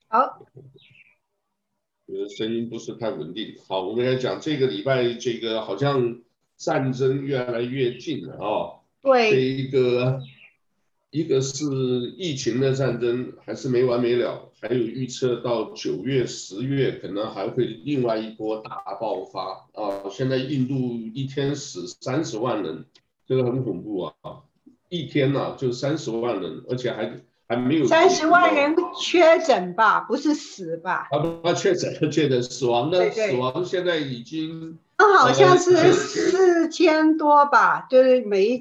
好， 声音不是太稳定。好，我们来讲这个礼拜，这个好像战争越来越近了哦。这对， 一个是疫情的战争还是没完没了，还有预测到9月、10月可能还会另外一波大爆发啊！现在印度一天死30万人，这个很恐怖啊！一天呐、就30万人，而且还没有结 30万人哦。 确诊吧，不是死吧？ 他确诊死亡现在已经好像是全 4000多吧，就是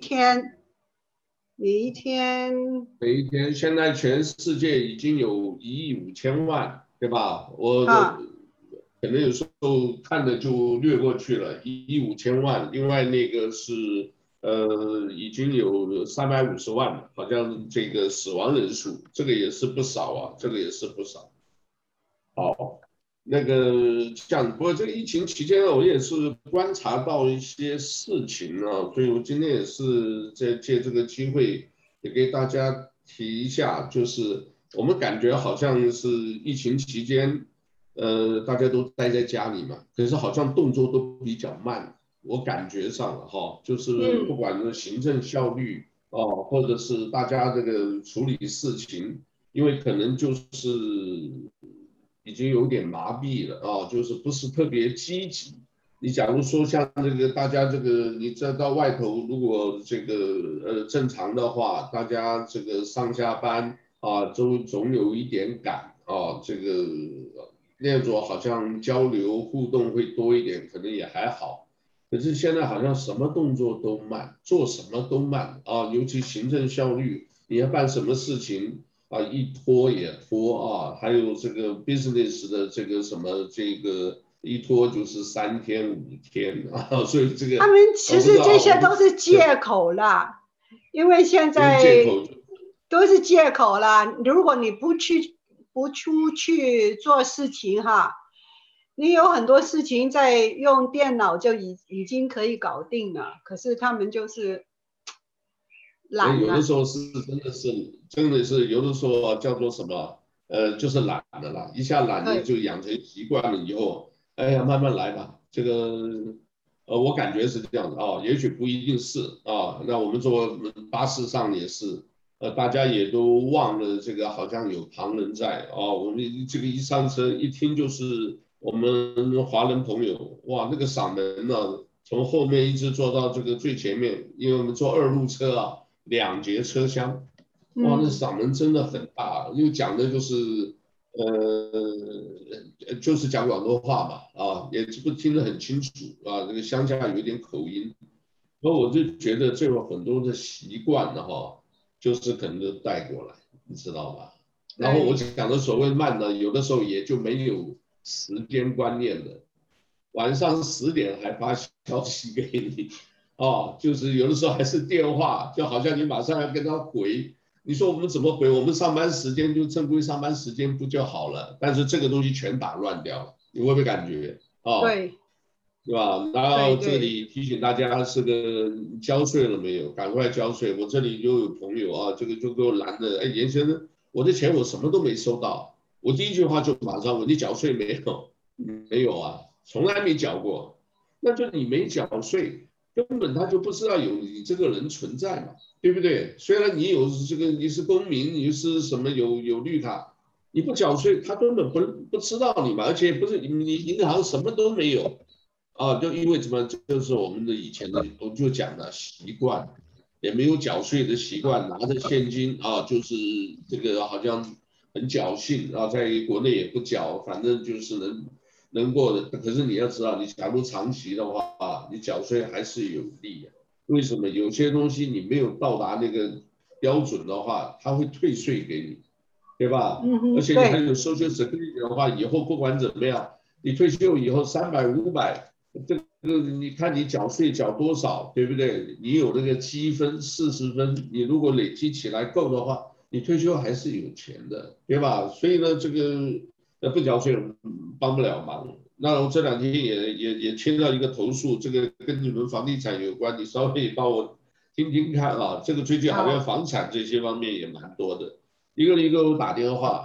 每一天每一天，现在全世界已经有1亿5千万，对吧？我哈， 可能有时候看的就略过去了，1亿5千万。另外那个是已经有350万了，好像这个死亡人数，这个也是不少啊，这个也是不少。好，那个像不过这个疫情期间，我也是观察到一些事情啊，所以我今天也是在借这个机会，也给大家提一下，就是我们感觉好像是疫情期间，大家都待在家里嘛，可是好像动作都比较慢，我感觉上了哈，就是不嗯， 管是行政效率哦，或者是大家这个处理事情。因为可能就是已经有点麻痹了啊，就是不是特别积极。你假如说像这个大家这个，你再到外头，如果这个正常的话，大家这个上下班啊，都总有一点赶啊，这个那种好像交流互动会多一点，可能也还好。可是现在好像什么动作都慢，做什么都慢啊，尤其行政效率，你要办什么事情，啊，一拖也拖啊，还有这个 business 的这个什么这个一拖就是3天5天啊，所以这个他们其我不知道啊， 实这些我不都是借口啦，因为现都是借在口。 都是借口啦。如果你不出去做事情哈，你有很多事情在用电脑就已经可以搞定了，可是他们就是懒了。 有的时候真的是有的时候啊叫做什么就是懒的啦，一下懒你对， 就养成习惯了以后，哎呀慢慢来吧，这个我感觉是这样子啊，也许不一定是啊，那我们坐巴士上也是，大家也都忘了这个好像有旁人在啊，我们这个一上车一听就是我们华人朋友，哇那个嗓门呢、从后面一直坐到这个最前面，因为我们坐2路车啊。2节车厢，哇，那嗯， 嗓门真的很大，又讲的就是就是讲广东话嘛，啊，也不听得很清楚啊，这个乡下有点口音，所以我就觉得这有很多的习惯的哈，就是可能都带过来，你知道吧？然后我对， 讲的所谓慢呢，有的时候也就没有时间观念了，晚上10点还发消息给你，哦，就是有的时候还是电话，就好像你马上要跟他回，你说我们怎么回？我们上班时间就正规上班时间不就好了？但是这个东西全打乱掉了，你会不会感觉？哦， 对， 对吧？然后这对对， 里提醒大家，是个交税了没有？赶快交税！我这里就有朋友啊，这个就给我拦着，哎，严先生，我的钱我什么都没收到。我第一句话就马上问你缴税没有？没有啊，从来没缴过。那就你没缴税，根本他就不知道有你这个人存在嘛，对不对？虽然你有这个你是公民，你是什么有绿卡，你不缴税，他根本不知道你嘛，而且不是你银行什么都没有。啊，就因为什么，就是我们的以前的，我就讲了习惯，也没有缴税的习惯，拿着现金啊，就是这个好像很侥幸啊，在国内也不缴，反正就是能过的。可是你要知道，你假如长期的话啊，你缴税还是有利的。为什么？有些东西你没有到达那个标准的话，他会退税给你，对吧？ 嗯哼， 而且你还对， 有 Social Security 的话，以后不管怎么样，你退休以后300、500。这个你看你缴税缴多少，对不对？你有那个积分40分，你如果累积起来够的话，你退休还是有钱的，对吧？所以呢，这个不缴税帮不了忙。那我这2天也接到一个投诉，这个跟你们房地产有关，你稍微帮我听听看啊。这个最近好像好， 房产这些方面也蛮多的，一个一个我打电话。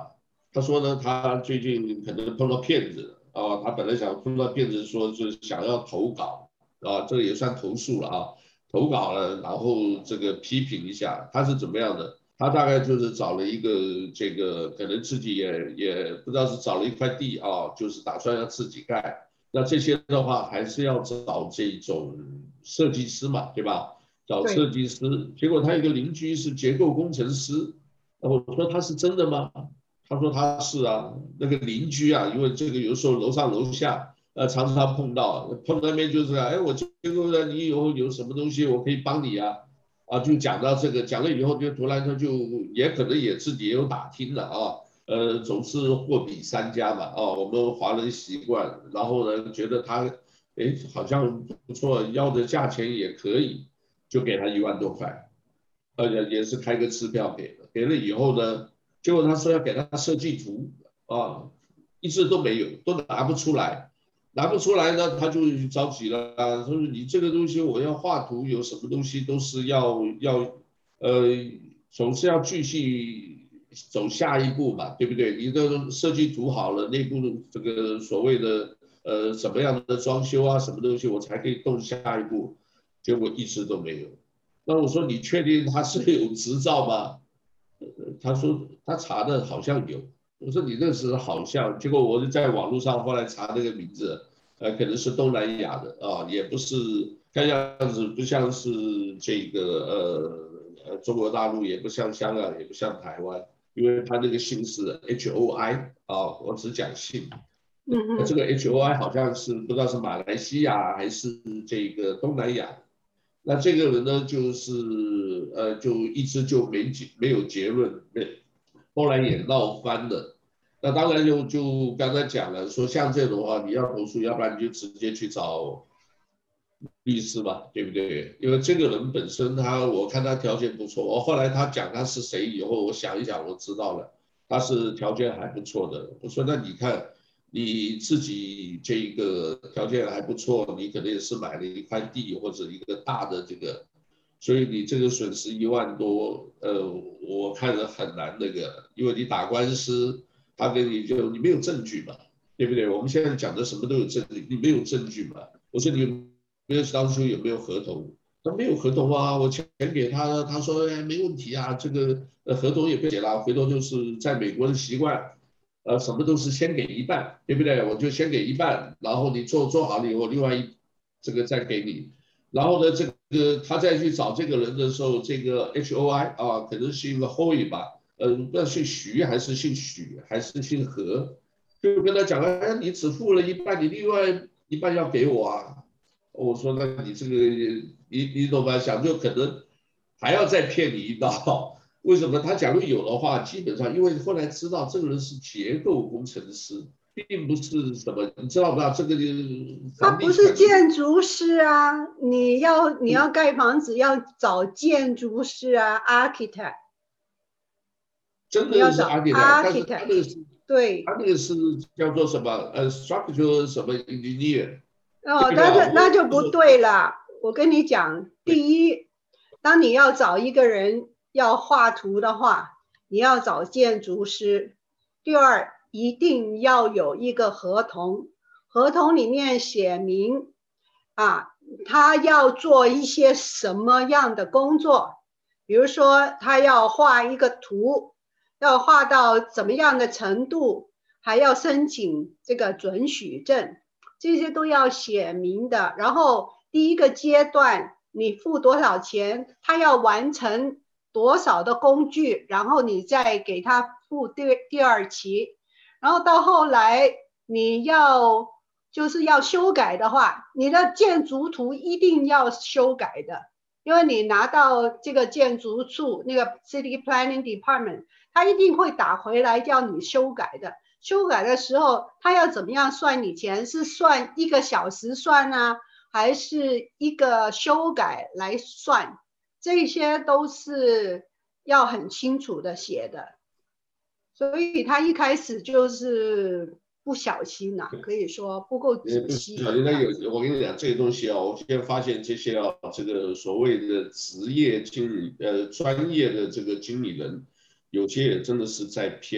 他说呢，他最近可能碰到骗子啊，他本来想碰到骗子说是想要投稿啊，这个也算投诉了啊，投稿了，然后这个批评一下，他是怎么样的？他大概就是找了一个这个，可能自己也不知道是找了一块地啊，就是打算要自己盖。那这些的话还是要找这种设计师嘛，对吧？找设对， 计师，结果他有个邻居是结构工程师，我说他是真的吗？他说他是啊，那个邻居啊，因为这个有时候楼上楼下，常常碰到，碰到那边就是啊，哎，我结构的，你以后有什么东西我可以帮你啊，啊，就讲到这个，讲了以后就突然他就也可能也自己也有打听了啊，总是货比三家嘛，哦，我们华人习惯，然后呢觉得他，哎，好像不错，要的价钱也可以，就给他1万多块。也是开个支票给了，给了以后呢，结果他说要给他设计图啊，一直都没有，都拿不出来，拿不出来呢，他就着急了啊，说你这个东西我要画图，有什么东西都是呃，总是要继续走下一步嘛，对不对？你的设计图好了，内部这个所谓的什么样的装修啊，什么东西我才可以动下一步，结果一直都没有。那我说你确定他是有执照吗？他说他查的好像有。我说你那时好像，结果我就在网络上后来查那个名字，可能是东南亚的啊，也不是，看样子不像是这个中国大陆，也不像香港，也不像台湾，因为他那个姓是 HOI 啊，我只讲姓。 嗯嗯， 这个 HOI 好像是不知道是马来西亚还是这个东南亚。那这个人呢，就是就一直就没有结论，后来也闹翻了。那当然就刚才讲了，说像这种的话，你要投诉，要不然你就直接去找律师嘛，对不对？因为这个人本身我看他条件不错，后来他讲他是谁以后，我想一想，我知道了，他是条件还不错的。我说那你看你自己这个条件还不错，你可能也是买了一块地或者一个大的这个，所以你这个损失1万多，我看着很难那个，因为你打官司，他跟你没有证据嘛，对不对？我们现在讲的什么都有证据，你没有证据嘛？我说你没有当初有没有合同？他没有合同啊，我钱给他了，他说哎没问题啊，这个合同也不写了，回头就是在美国的习惯，什么都是先给一半，对不对？我就先给一半，然后你做好了以后，另外这个再给你，然后呢，这个他再去找这个人的时候，这个 HOI 啊，可能是一个 Hoy 吧，不知道姓徐还是姓许还是姓何，就跟他讲了，哎，你只付了一半，你另外一半要给我啊。我说那你这个你懂吧？想就可能还要再骗你一刀。为什么？他假如有的话，基本上因为后来知道这个人是结构工程师，并不是什么，你知道不知道？这个他房地产的不是建筑师啊，你要盖房子要找建筑师啊，architect， 真的是你要找 architect，但是他 architect， 那个是对， 叫做什么structural 什么 engineer， 哦， 对不对啊？ 那就不对了。我跟你讲，第一，当你要找一个人要画图的话，你要找建筑师。第二，一定要有一个合同，合同里面写明啊，他要做一些什么样的工作，比如说他要画一个图，要画到怎么样的程度，还要申请这个准许证。这些都要写明的。然后第一个阶段你付多少钱，他要完成多少的工具，然后你再给他付第二期。然后到后来你就是要修改的话，你的建筑图一定要修改的，因为你拿到这个建筑处那个 City Planning Department，他一定会打回来叫你修改的。修改的时候，他要怎么样算你钱？是算1个小时算啊，还是一个修改来算？这些都是要很清楚的写的。所以他一开始就是不小心呐、可以说不够仔不细是，人家有， 这样子。 我跟你讲，这些东西啊，我现在发现这些啊，这个所谓的职业经理，专业的这个经理人，有些也真的是在骗。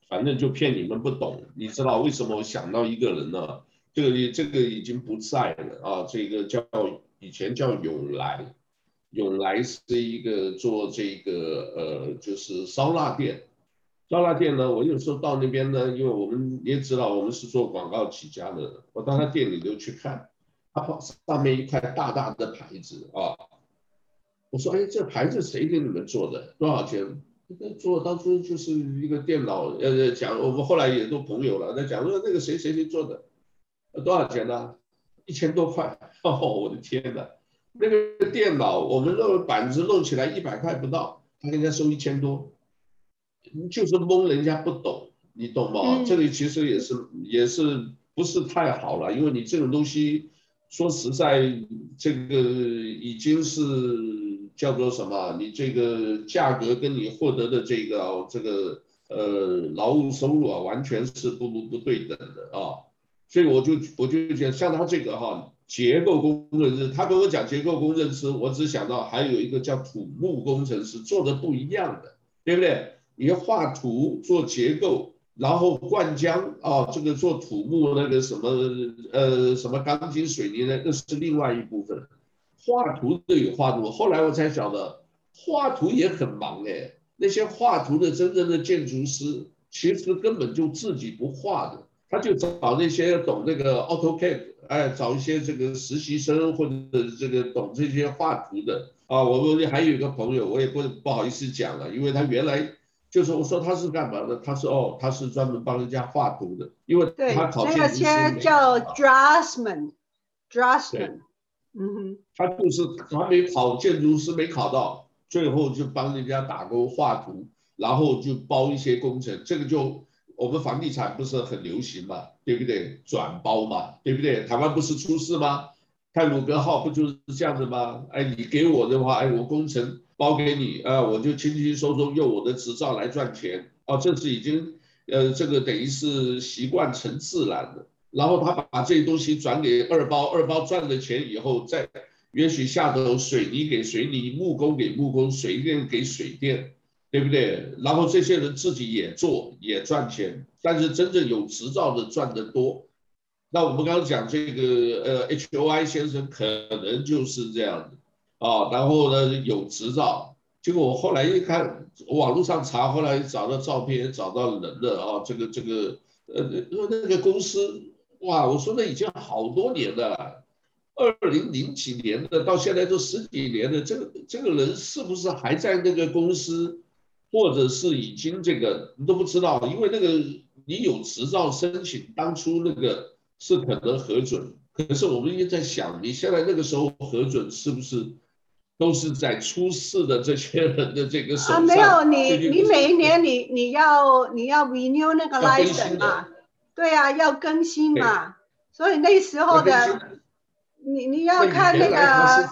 反正就骗你们不懂。你知道为什么我想到一个人呢？这个已经不在了啊，这个以前叫永来，永来是一个做这个就是烧腊店。烧腊店呢，我有时候到那边呢，因为我们也知道我们是做广告起家的，我到他店里头去看，他上面一块大大的牌子啊，我说哎，这牌子谁给你们做的？多少钱？做当初就是一个电脑，讲我们后来也都朋友了，那讲说那个谁谁谁做的，多少钱呢？1000多块，哦，我的天哪！那个电脑我们弄板子弄起来100块不到，他跟人家收1000多，就是蒙人家不懂，你懂吗？这里其实也是不是太好了，因为你这种东西，说实在，这个已经是叫做什么？你这个价格跟你获得的这个劳务收入啊，完全是不对等的啊。所以我就觉得像他这个哈，结构工程师，他跟我讲结构工程师，我只想到还有一个叫土木工程师，做的不一样的，对不对？你要画图做结构，然后灌浆啊，这个做土木那个什么钢筋水泥那是另外一部分。画图的有画图，后来我才晓得画图也很忙哎。那些画图的真正的建筑师，其实根本就自己不画的，他就找那些懂那个 AutoCAD，哎，找一些这个实习生或者这个懂这些画图的啊。我还有一个朋友，我也不好意思讲了，因为他原来就是我说他是干嘛的，他是专门帮人家画图的，因为他对， 考那建筑师没叫考。对， draftsman， 他没考建筑师没考到，最后就帮人家打工画图，然后就包一些工程，这个就我们房地产不是很流行嘛，对不对？转包嘛，对不对？台湾不是出事吗？泰鲁格号不就是这样子吗？哎，你给我的话，哎，我工程包给你，我就轻轻松松用我的执照来赚钱，哦，这是已经这个等于是习惯成自然了。然后他把这些东西转给二包，二包赚了钱以后，再允许下头水泥给水泥，木工给木工，水电给水电，对不对？然后这些人自己也做，也赚钱，但是真正有执照的赚得多。那我们刚刚讲这个HOI 先生可能就是这样的啊，然后呢有执照，结果我后来一看网络上查，后来找到照片，找到人了啊，这个那个公司哇，我说那已经好多年了。2000几年的，到现在都十几年了，这个人是不是还在那个公司，或者是已经这个你都不知道，因为那个你有执照申请，当初那个是可能核准，可是我们也在想，你现在那个时候核准是不是都是在出事的这些人的这个手没有上？ 你每一年你要 renew 那个要更 license 嘛， 新的， 对啊，要更新对， 嘛，所以那时候要更新。 的你要那看那原来他是个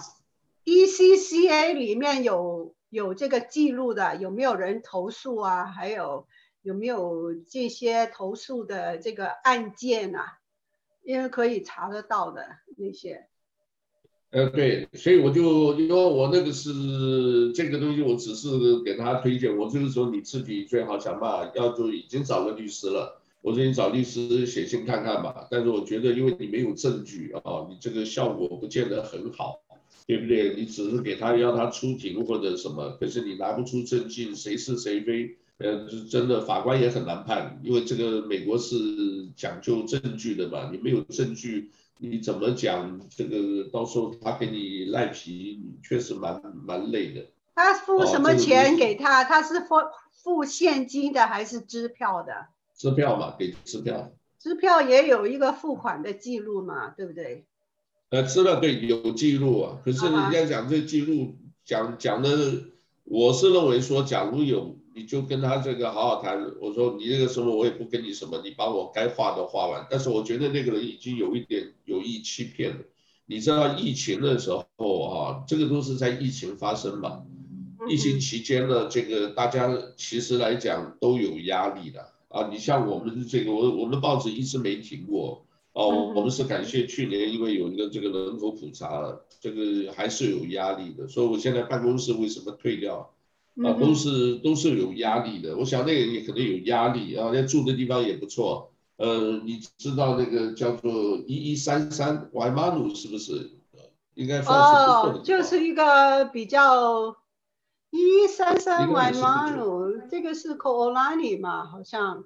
ECCA 里面有这个记录的，有没有人投诉啊？还有没有这些投诉的这个案件啊？因为可以查得到的那些。 对，所以因为我那个是这个东西，我只是给他推荐。我就是说你自己最好想办法，要就已经找个律师了。我说你找律师写信看看吧。但是我觉得，因为你没有证据啊，你这个效果不见得很好，对不对？你只是给他要他出庭或者什么，可是你拿不出证据，谁是谁非，真的法官也很难判，因为这个美国是讲究证据的嘛，你没有证据。你怎么讲这个？到时候他给你赖皮，你确实蛮累的他付什哦。 么这个东钱给西， 他？他是付现金的还是支票的？ 支票嘛，给支票， 支票也有一个付款的记录嘛，对不对？ 资料对有记录啊。可是人啊哈， 家讲这记录讲的，我是认为说，假如有你就跟他这个好好谈。我说你这个什么我也不跟你什么，你把我该画的画完。但是我觉得那个人已经有一点有意欺骗了。你知道疫情的时候啊，这个都是在疫情发生嘛。疫情嗯期间呢，这个大家其实来讲都有压力的啊。你像我们这个，我们报纸一直没停过哦。我们嗯是感谢去年因为有一个这个人口普查，这个还是有压力的。所以我现在办公室为什么退掉？ 都是有压力的。我想那个也可能有压力啊，那住的地方也不错。你知道那个叫做1133怀马努是不是？应该算是不错的地方。 就是一个比较1133 应该也怀是不错。 马鲁，这个是 Koolani 嘛，好像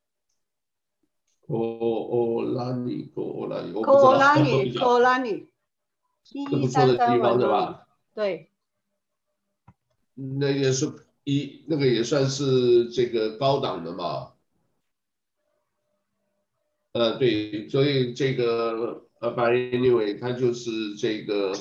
欧拉尼，我不知道，不 Koolani 晓得， Koolani 一是不错一三三的地方是怀马鲁， 吧？ 对， 那也是那个也算是这个高档的嘛。对，所以这个反正 anyway，它就是这个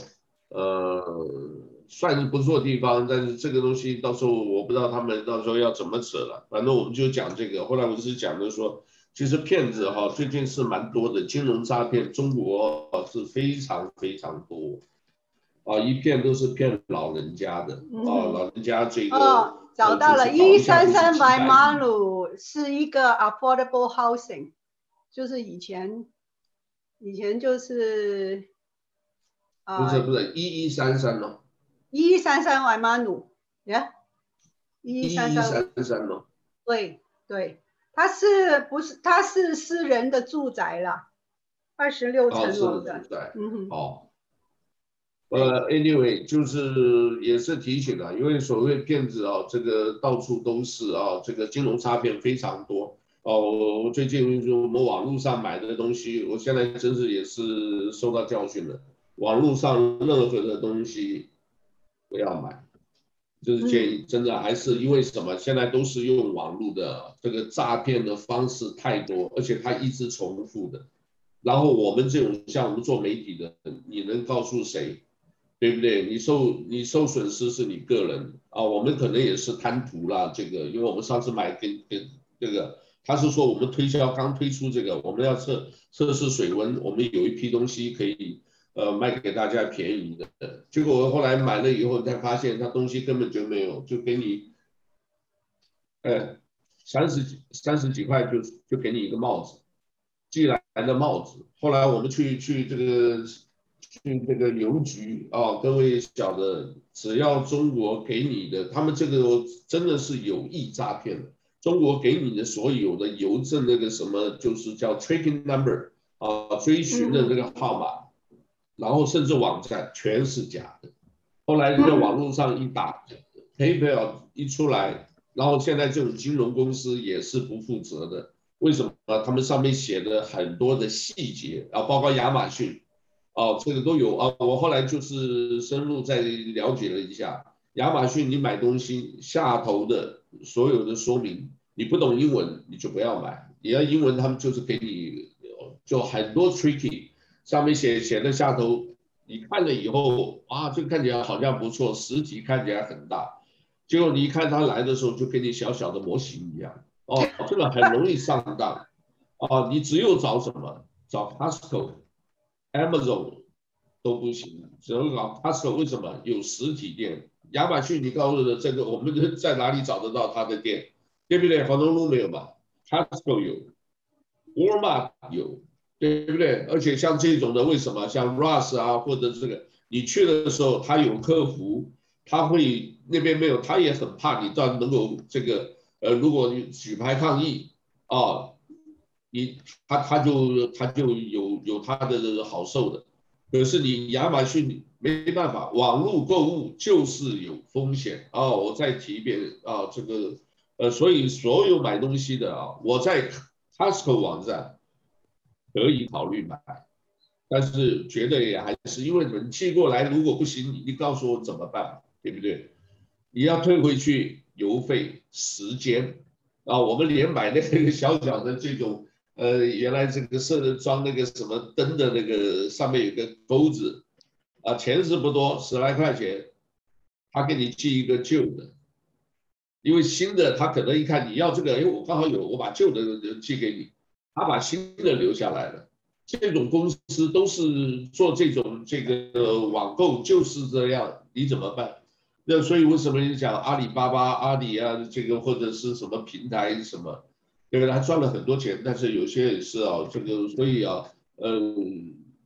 算是不错的地方，但是这个东西到时候我不知道他们到时候要怎么扯了，反正我们就讲这个。后来我是讲的说，其实骗子哈最近是蛮多的，金融诈骗中国是非常非常多啊，一骗都是骗老人家的啊，老人家这个就找到了， 是搞一下就是 133 几百怀马亿。 鲁是一个 affordable housing，就是以前就是不是啊 1133哦， 1133怀马鲁，呀，一一三三， 1133哦。 对对，它是不是它是私人的住宅啦26 哦， 层是楼的， 的，在嗯哼， 哦， 对， anyway，就是也是提醒了，因为所谓骗子啊，这个到处都是啊，这个金融诈骗非常多哦。我最近就我们网络上买的东西，我现在真是也是受到教训了。网络上任何的东西不要买，就是建嗯议真的还是因为什么？现在都是用网络的这个诈骗的方式太多，而且它一直重复的。然后我们这种像我们做媒体的，你能告诉谁？对不对？你受损失是你个人啊，我们可能也是贪图啦这个，因为我们上次买跟这个，他是说我们推销刚推出这个，我们要测试水温，我们有一批东西可以卖给大家便宜的，结果我后来买了以后才发现，他东西根本就没有，就给你30几块就给你一个帽子，寄来的帽子。后来我们去这个邮局啊，各位晓得，只要中国给你的，他们这个真的是有意诈骗的。中国给你的所有的邮政那个什么，就是叫 tracking number 啊，追寻的这嗯个号码，然后甚至网站全是假的。后来人家网嗯络上一打，PayPal 一出来，然后现在这种金融公司也是不负责的。为什么？他们上面写的很多的细节啊，包括亚马逊，哦，这个都有啊。我后来就是深入再了解了一下，亚马逊你买东西下头的所有的说明，你不懂英文你就不要买，你要英文他们就是给你就很多 tricky，上面写的下头，你看了以后啊，这个看起来好像不错，实体看起来很大，结果你一看他来的时候就跟你小小的模型一样，哦，这个很容易上当啊。你只有找什么？找 Costco、Amazon 都不行，只有找 Costco。为什么？有实体店。亚马逊你告诉的这个，我们在哪里找得到他的店？对不对？黄东路没有吧？Costco 有，Walmart 有，对不对？而且像这种的，为什么像 Ross 啊，或者这个，你去的时候他有客服，他会那边没有，他也很怕你到能够这个如果你举牌抗议啊，你他就有他的好受的。可是你亚马逊没办法，网络购物就是有风险啊！我再提一遍啊，这个所以所有买东西的啊，我在 Costco 网站可以考虑买，但是觉得也还是因为你寄过来，如果不行，你告诉我怎么办，对不对？你要退回去，邮费、时间啊，我们连买那个小小的这种原来这个装那个什么灯的那个上面有个钩子啊，钱是不多，10来块钱，他给你寄一个旧的，因为新的他可能一看你要这个，哎，我刚好有，我把旧的寄给你，他把新的留下来了。这种公司都是做这个网购就是这样，你怎么办？那所以为什么你讲阿里巴巴、阿里啊，这个或者是什么平台什么，对吧？他赚了很多钱，但是有些也是啊，这个所以啊，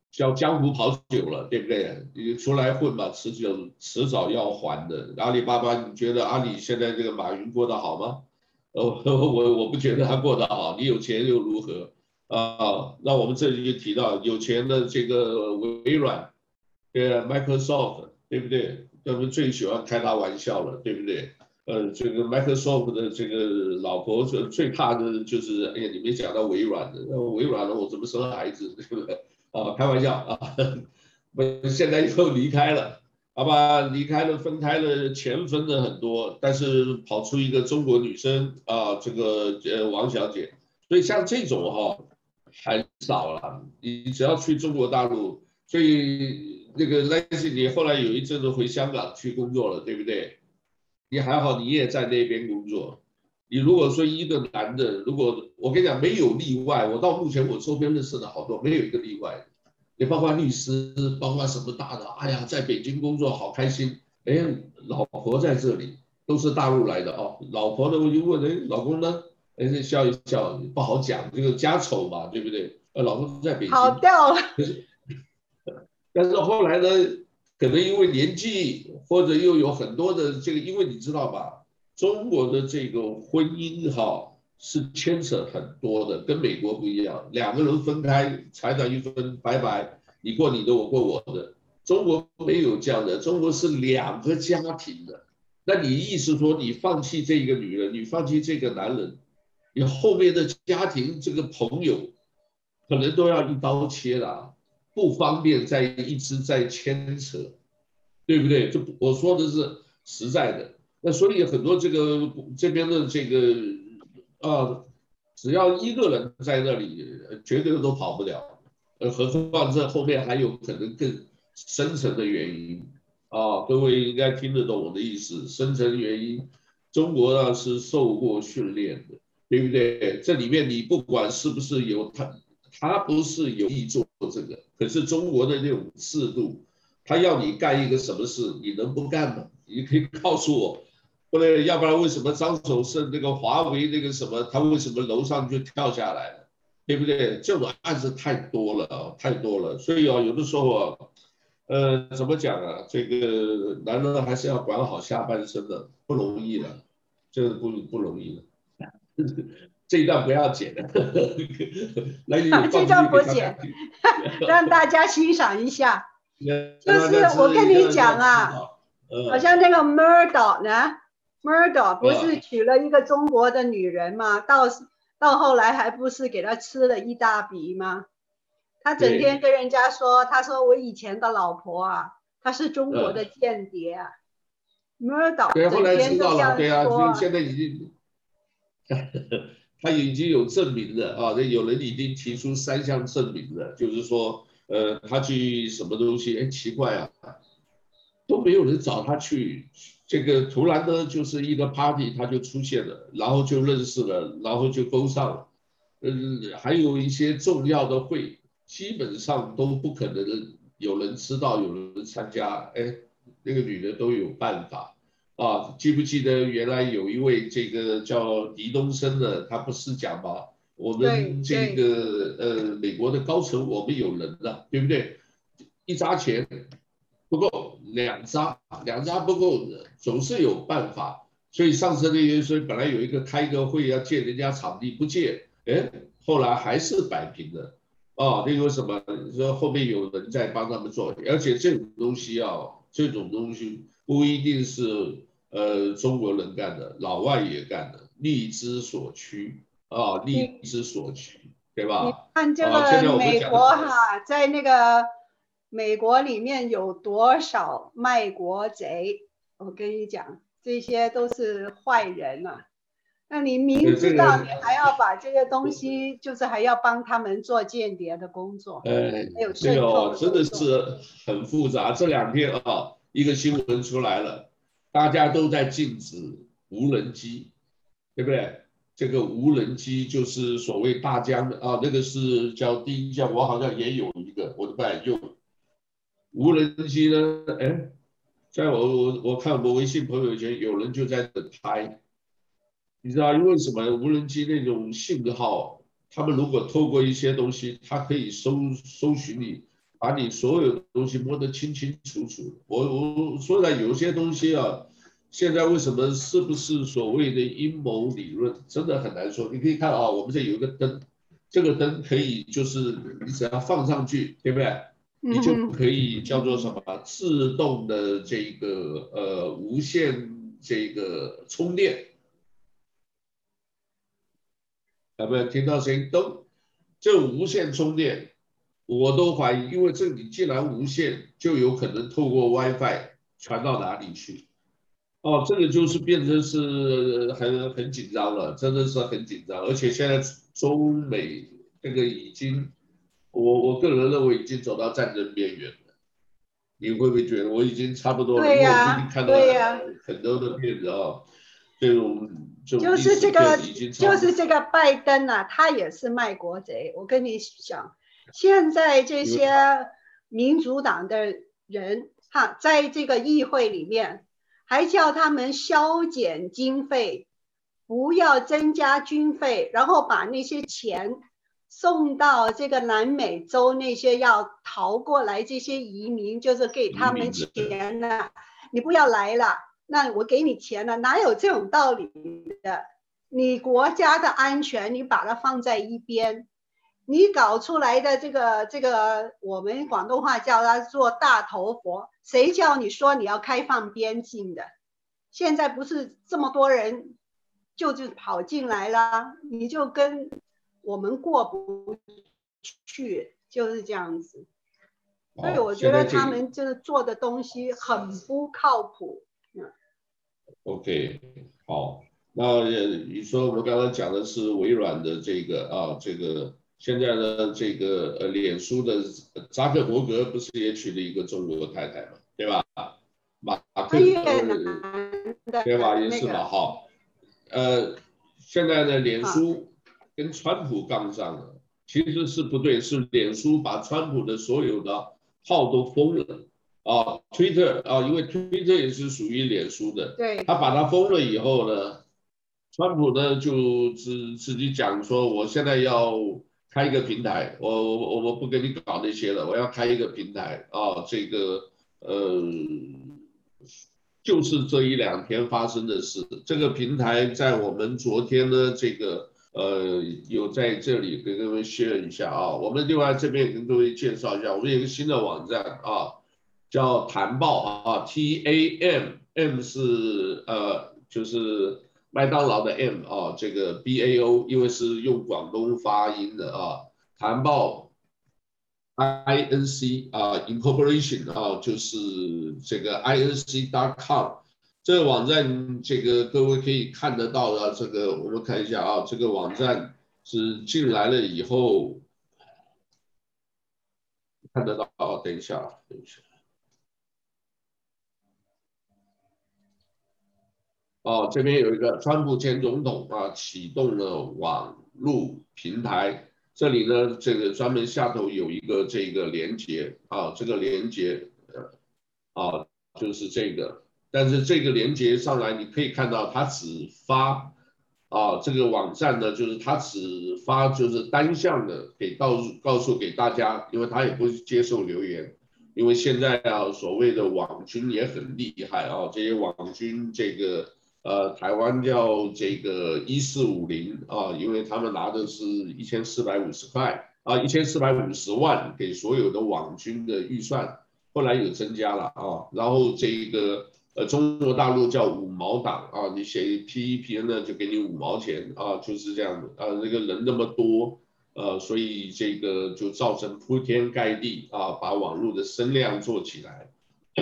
叫江湖跑久了，对不对？你出来混嘛，迟早要还的。阿里巴巴，你觉得阿里现在这个马云过得好吗？我不觉得他过得好，你有钱又如何啊？那我们这里就提到有钱的这个微软，对啊，Microsoft，对不对？他们最喜欢开他玩笑了，对不对？这个 Microsoft 的这个老婆最怕的就是，哎呀，你没讲到微软的，微软的我怎么生孩子，对不对？啊，开玩笑啊，我现在又离开了，好吧，离开了，分开了，钱分的很多，但是跑出一个中国女生啊，这个王小姐，所以像这种哈、很少了，你只要去中国大陆，所以那个那是你后来有一阵子回香港去工作了，对不对？你还好，你也在那边工作。你如果说一个男的，如果我跟你讲没有例外，我到目前我周边认识的好多，没有一个例外。也包括律师，包括什么大的，哎呀，在北京工作好开心，哎，老婆在这里，都是大陆来的哦。老婆呢，我就问，哎，老公呢？哎，笑一笑，不好讲，这个家丑嘛，对不对？老公在北京， 跑掉了。 可是但是后来呢，可能因为年纪，或者又有很多的这个，因为你知道吧，中国的这个婚姻哈是牵扯很多的，跟美国不一样，两个人分开，财产一分，拜拜，你过你的，我过我的。中国没有这样的，中国是两个家庭的。那你意思说，你放弃这个女人，你放弃这个男人，你后面的家庭这个朋友，可能都要一刀切了。不方便再一直在牵扯，对不对？这我说的是实在的。那所以很多这边的这个只要一个人在那里，绝对都跑不了。何况这后面还有可能更深层的原因啊！各位应该听得懂我的意思。深层原因，中国啊是受过训练的，对不对？这里面你不管是不是有他不是有意做这个，可是中国的那种制度，他要你干一个什么事，你能不干吗？你可以告诉我，不然要不然为什么张守胜那个华为那个什么，他为什么楼上就跳下来了，对不对？这种案子太多了啊，太多了，所以啊，有的时候啊，怎么讲啊？这个男人还是要管好下半身的，不容易的，这个不容易的。这一段不要剪的，来你这放出去给大家段不剪， 听， 让大家欣赏一下。就是让大家我跟你讲知啊， 道， 好像那个 Murdoch 呢，Murdoch 不是呃娶了一个中国的女人吗？到后来还不是给他吃了一大笔吗？他整天对， 跟人家说，他说我以前的老婆啊，她是中国的呃间谍啊。Murdoch 对，后整来天都这知道了，对啊， 样说就现啊。 在已经他已经有证明了啊，那有人已经提出3项证明了，就是说，他去什么东西，哎，奇怪啊，都没有人找他去，这个突然呢就是一个 party 他就出现了，然后就认识了，然后就勾上了，还有一些重要的会，基本上都不可能有人知道，有人参加，哎，那个女的都有办法啊，记不记得原来有一位这个叫狄东升的，他不是讲吗？我们这对对， 个美国的高层我们有人了，对不对？一扎钱不够，两扎不够，总是有办法。所以上次那些说本来有一个开个会要借人家场地不借，哎，后来还是摆平了。哦，那个什么说后面有人在帮他们做，而且这种东西啊，这种东西不一定是中国人干的，老外也干的，力之所趋啊，力你之所趋，对你吧？ 看这啊，现个在我们美国讲的哈，在那个美国里面有多少卖国贼？我跟你讲，这些都是坏人啊。那你明知道你这个还要把这些东西，就是还要帮他们做间谍的工作，还有这个渗透的哦真的工作。 是很复杂。这2天啊，一个新闻出来了，大家都在禁止无人机，对不对？这个无人机就是所谓大疆的啊，那个是叫第一架，我好像也有一个，我都不敢用。无人机呢，哎，在我看我微信朋友圈，有人就在等拍，你知道因为什么？无人机那种信号，他们如果透过一些东西，它可以搜寻你， 把你所有的东西摸得清清楚楚。我说的有些东西啊，现在为什么是不是所谓的阴谋理论，真的很难说。你可以看啊，我们这有一个灯，这个灯可以就是你只要放上去，对不对？你就可以叫做什么自动的这个无线这个充电，有没有听到声音？都这无线充电，我都怀疑，因为这你既然无线，就有可能透过 WiFi 传到哪里去？哦，这个就是变成是很紧张了，真的是很紧张，而且现在中美这个已经，我个人认为已经走到战争边缘了。你会不会觉得我已经差不多了？因为我最近对呀， 看了对呀， 很多的片子啊，这种历就是这个， 史片已经差不多， 就是这个拜登啊，他也是卖国贼。我跟你讲，现在这因为些民主党的人哈，在这个议会里面，还叫他们削减经费，不要增加军费，然后把那些钱送到这个南美洲那些要逃过来这些移民，就是给他们移民的， 钱呢，你不要来了。那我给你钱了，哪有这种道理的？你国家的安全，你把它放在一边，你搞出来的这个，我们广东话叫它做大头佛，谁叫你说你要开放边境的？现在不是这么多人就跑进来了，你就跟我们过不去，就是这样子。所以哦， 我觉得现在这他们就是做的东西很不靠谱。 OK 好，那你说我们刚刚讲的是微软的这个啊，这个现在呢，这个脸书的扎克伯格不是也娶了一个中国太太嘛，对吧？马克越南的对吧？也是嘛， 那个好，现在呢，脸啊， 书跟川普杠上了，其实是不对，是脸书把川普的所有的号都封了啊，Twitter 啊，因为 Twitter 也是属于脸书的， 对， 他把它封了以后呢，川普呢就自己讲说，我现在要开一个平台，我不跟你搞那些了，我要开一个平台啊，这个就是这一两天发生的事。这个平台在我们昨天呢，这个有在这里跟各位 share 一下啊。我们另外这边跟各位介绍一下，我们有一个新的网站啊，叫谈报啊，TAM，M 是就是麦当劳的 M 啊，这个 BAO，因为是用广东发音的啊，谈报 INC 啊，incorporation 啊，就是这个 INC.com 这个网站，这个各位可以看得到的。这个我们看一下啊，这个网站是进来了以后看得到。等一下，等一下。哦，这边有一个川普前总统啊，启动了网络平台。这里呢，这个专门下头有一个这个连接啊，这个连接啊，就是这个。但是这个连接上来，你可以看到它只发啊，这个网站呢，就是它只发就是单向的给告诉给大家，因为它也不接受留言。因为现在啊，所谓的网军也很厉害啊，这些网军这个台湾叫这个1450啊，因为他们拿的是1450块啊，1450万给所有的网军的预算，后来有增加了啊，然后这个中国大陆叫5毛党啊，你写批一篇呢就给你5毛钱啊，就是这样的啊，那个人那么多。所以这个就造成铺天盖地啊，把网络的声量做起来。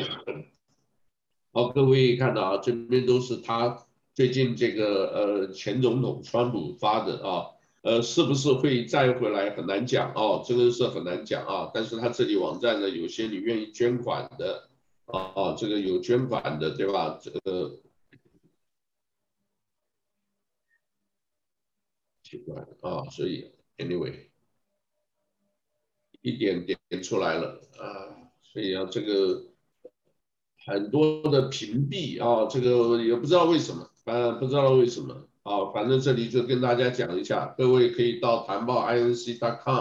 好，各位看到啊，这边都是他最近这个前总统川普发的啊，是不是会再回来很难讲哦，这个是很难讲啊。但是他这里网站呢，有些你愿意捐款的啊，这个有捐款的对吧？这个奇怪啊，所以 anyway 一点点出来了啊，所以啊这个。很多的屏蔽啊，这个也不知道为什么，不知道为什么啊，反正这里就跟大家讲一下，各位可以到谈报 inc.com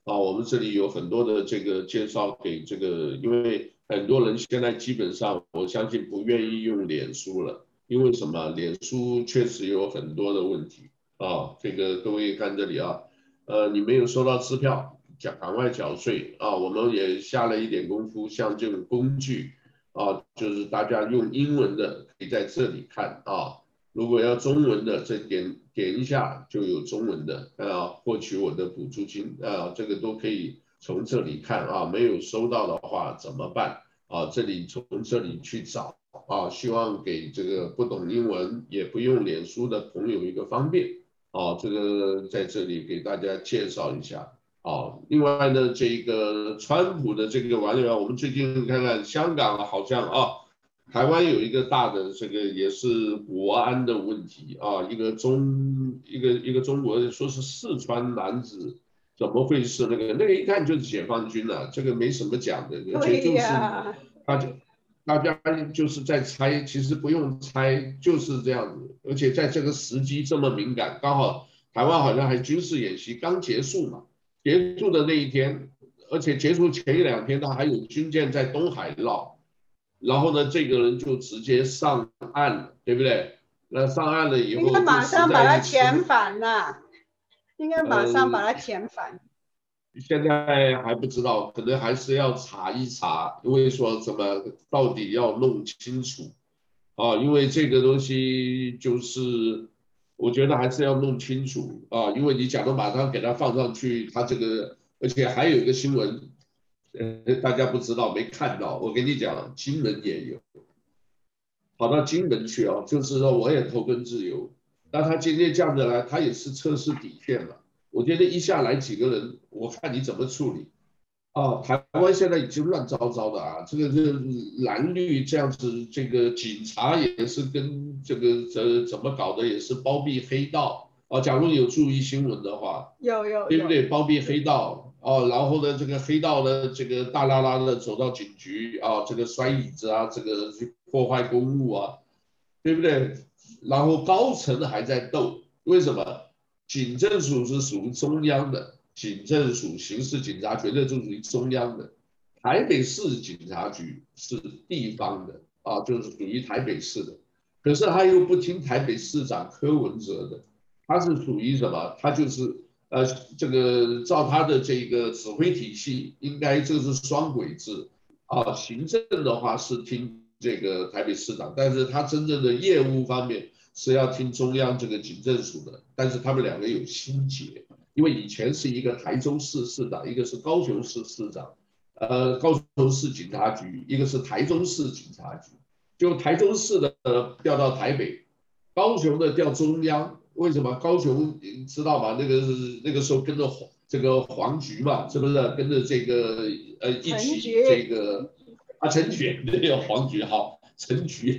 啊，我们这里有很多的这个介绍给这个，因为很多人现在基本上我相信不愿意用脸书了，因为什么？脸书确实有很多的问题啊。这个各位看这里啊，你没有收到支票，赶快缴税啊。我们也下了一点功夫，像这种工具啊，就是大家用英文的可以在这里看啊。如果要中文的，再点一下就有中文的获取我的补助金这个都可以从这里看啊。没有收到的话怎么办啊？从这里去找啊。希望给这个不懂英文也不用脸书的朋友一个方便啊。这个在这里给大家介绍一下啊。另外呢，这个川普的这个玩意儿，我们最近看看香港好像台湾有一个大的这个也是国安的问题啊。一个中国说是四川男子怎么会是那个一看就是解放军了，这个没什么讲的，而且对就是呀， 大家大家就是在猜，其实不用猜，就是这样子。而且在这个时机这么敏感，刚好台湾好像还军事演习刚结束嘛，结束的那一天，而且结束前一两天，他还有军舰在东海绕。然后呢，这个人就直接上岸了，对不对？那上岸了以应该后，就马上把他实在是遣返了，应该马上把他遣返。 现在还不知道，可能还是要查一查，因为说什么到底要弄清楚啊。因为这个东西就是我觉得还是要弄清楚啊。因为你假如马上给他放上去，他这个而且还有一个新闻，大家不知道没看到，我跟你讲，金门也有。跑到金门去就是说我也投奔自由。那他今天这样子来，他也是测试底线了。我觉得一下来几个人，我看你怎么处理台湾现在已经乱糟糟的啊，这蓝绿这样子，这个警察也是跟这个怎么搞的，也是包庇黑道假如你有注意新闻的话， 有有有， 对不对？包庇黑道然后呢，这个黑道呢，这个大拉拉的走到警局这个摔椅子这个去破坏公物对不对？然后高层还在斗，为什么？警政署是属于中央的，警政署刑事警察局是属于中央的，台北市警察局是地方的就是属于台北市的。可是他又不听台北市长柯文哲的，他是属于什么？他就是这个照他的这个指挥体系，应该这是双轨制行政的话是听这个台北市长，但是他真正的业务方面是要听中央这个警政署的。但是他们两个有心结，因为以前是一个台中市市长，一个是高雄市市长，高雄市警察局，一个是台中市警察局。就台中市的调到台北，高雄的调中央。为什么高雄你知道吗？那个时候跟着这个黄局嘛，是不是跟着这个一陈起这局， 个陈局那个黄局好，陈局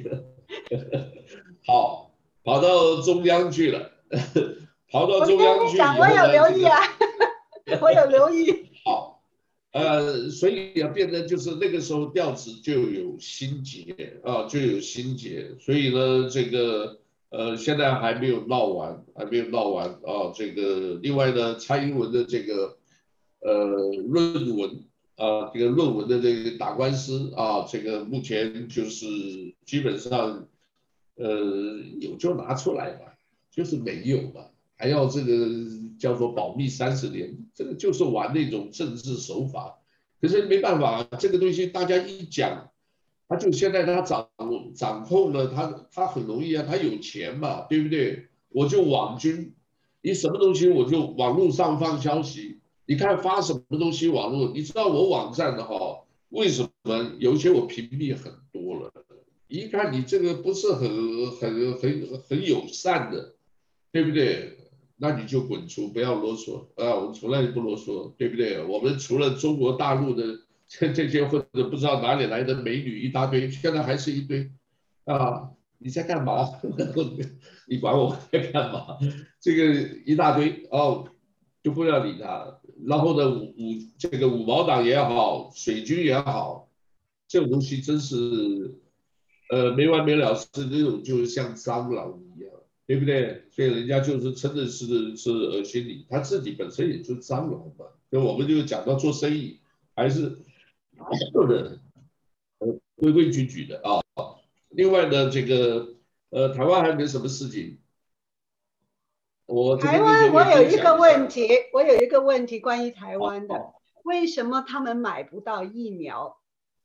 好跑到中央去了，跑到我跟中央去你讲，我有以后呢，这个留意啊，我有留意。 好所以变成就是那个时候调职就有心结就有心结。所以呢，这个现在还没有闹完，还没有闹完这个另外呢，蔡英文的这个论文这个论文的这个打官司这个目前就是基本上有就拿出来吧，就是没有嘛。还要这个叫做保密30年，这个就是玩那种政治手法。可是没办法，这个东西大家一讲，他就现在他掌控了，他很容易他有钱嘛，对不对？我就网军，你什么东西我就网络上放消息，你看发什么东西网络，你知道我网站的为什么有一些我屏蔽很多了？一看你这个不是很友善的，对不对？那你就滚出，不要啰嗦我们从来不啰嗦，对不对？我们除了中国大陆的这些或者不知道哪里来的美女一大堆，现在还是一堆你在干嘛？你管我在干嘛？这个一大堆就不要理他。然后呢，这个五毛党也好，水军也好，这种东西真是没完没了，是那种就是像蟑螂一样，对不对？所以人家就是真的是恶心你，他自己本身也就是蟑螂嘛。 所以我们就讲到做生意还是规规矩矩的啊。另外呢，这个台湾还没什么事情，我这边跟各台湾，我位分有一个享一下。 问题，我有一个问题关于台湾的， 好， 为什么他们买不到疫苗？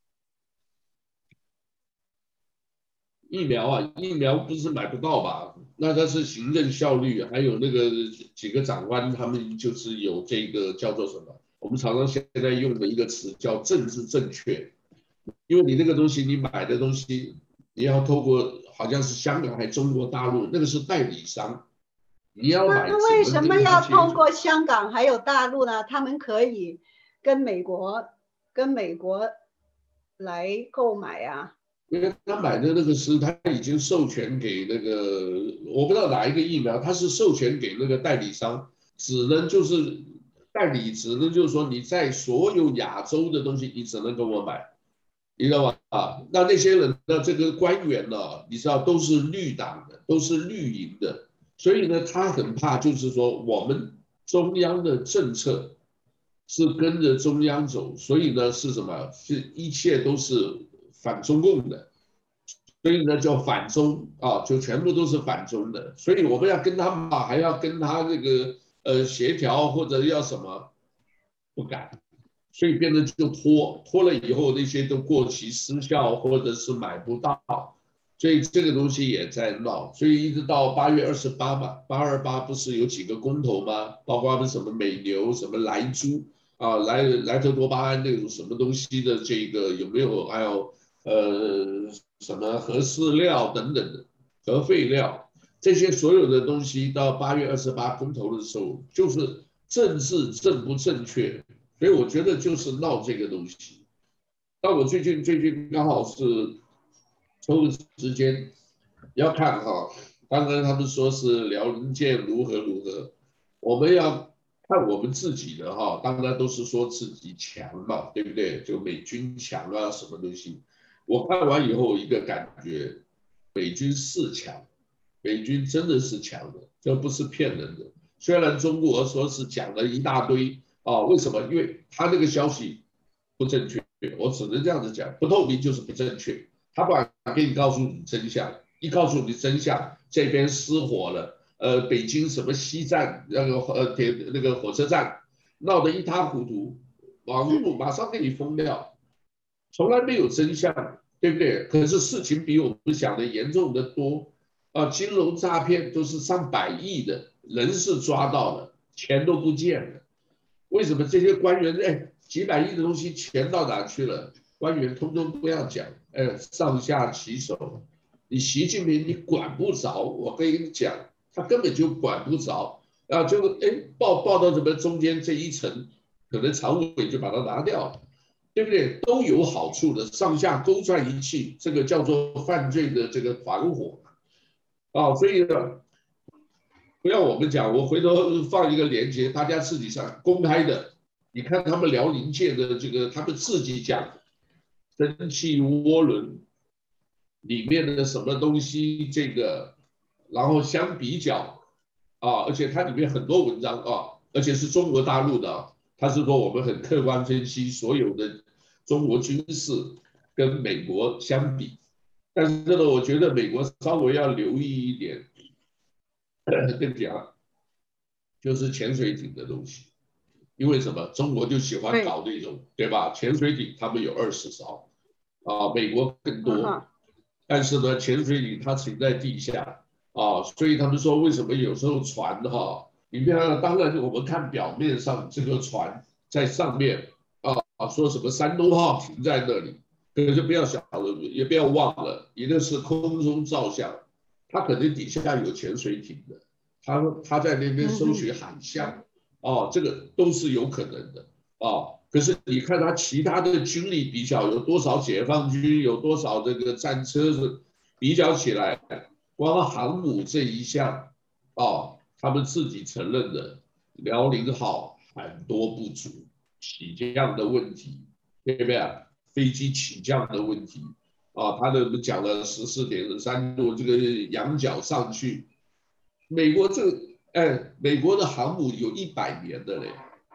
疫苗啊，疫苗不是买不到吧？那它是行政效率，还有那个几个长官，他们就是有这个叫做什么？我们常常现在用的一个词叫政治正确，因为你那个东西，你买的东西，你要透过好像是香港还中国大陆，那个是代理商，你要买那只为什么能跟他要通接触。 过香港还有大陆呢？他们可以跟美国跟美国来购买啊。 因为他买的那个是他已经授权给那个，我不知道哪一个疫苗，他是授权给那个代理商，只能就是代理，只能就是说你在所有亚洲的东西，你只能跟我买，你知道吧？啊，那些人的这个官员呢，你知道都是绿党的，都是绿营的，所以呢，他很怕就是说我们中央的政策是跟着中央走，所以呢是什么？是一切都是反中共的。所以呢叫反中啊，就全部都是反中的，所以我们要跟他嘛，还要跟他这个协调或者要什么，不敢，所以变得就拖了以后那些都过期失效或者是买不到，所以这个东西也在闹，所以一直到8月28嘛，828不是有几个公投吗？包括什么美牛、什么莱猪啊、莱特多巴胺那种什么东西的这个有没有？还有什么核饲料等等的核废料，这些所有的东西到8月28公投的时候，就是政治正不正确，所以我觉得就是闹这个东西。那我最近刚好是抽时间要看哈，刚刚他们说是辽宁舰如何，我们要看我们自己的哈，当然都是说自己强嘛，对不对？就美军强啊，什么东西。我看完以后一个感觉，美军是强，美军真的是强的，这不是骗人的。虽然中国说是讲了一大堆啊，为什么？因为他那个消息不正确，我只能这样子讲，不透明就是不正确。他不敢给你告诉你真相，一告诉你真相，这边失火了，北京什么西站那个火车站闹得一塌糊涂，网络马上给你封掉，从来没有真相，对不对？可是事情比我们想的严重的多啊！金融诈骗都是上百亿的，人是抓到了，钱都不见了。为什么这些官员几百亿的东西钱到哪去了？官员通通不要讲，上下其手，你习近平你管不着，我跟你讲，他根本就管不着啊！就报到什么中间这一层，可能常委就把它拿掉了。对不对？都有好处的，上下勾转一气，这个叫做犯罪的这个团伙啊。所以呢，不要我们讲，我回头放一个链接，大家自己上公开的，你看他们辽宁界的这个，他们自己讲蒸汽涡轮里面的什么东西，这个，然后相比较啊，而且它里面很多文章啊，而且是中国大陆的啊，他是说我们很客观分析所有的中国军事跟美国相比，但是呢，我觉得美国稍微要留意一点，跟讲就是潜水艇的东西。因为什么？中国就喜欢对， 搞这种，对吧？潜水艇他们有20艘啊，美国更多。 嗯哼， 但是呢，潜水艇它沉在地下啊，所以他们说为什么有时候船哈，你看，当然我们看表面上这个船在上面说什么山东号停在那里，可是不要想了，也不要忘了，一个是空中照相，它可能底下有潜水艇的，他在那边收取嗯哼， 海象，哦，这个都是有可能的哦。可是你看他其他的军力比较，有多少解放军，有多少这个战车子，比较起来，光航母这一项，哦，他们自己承认的辽宁号很多不足，起降的问题，对不对啊？飞机起降的问题啊，他的讲了14.3度，这个仰角上去，美国这美国的航母有100年的嘞，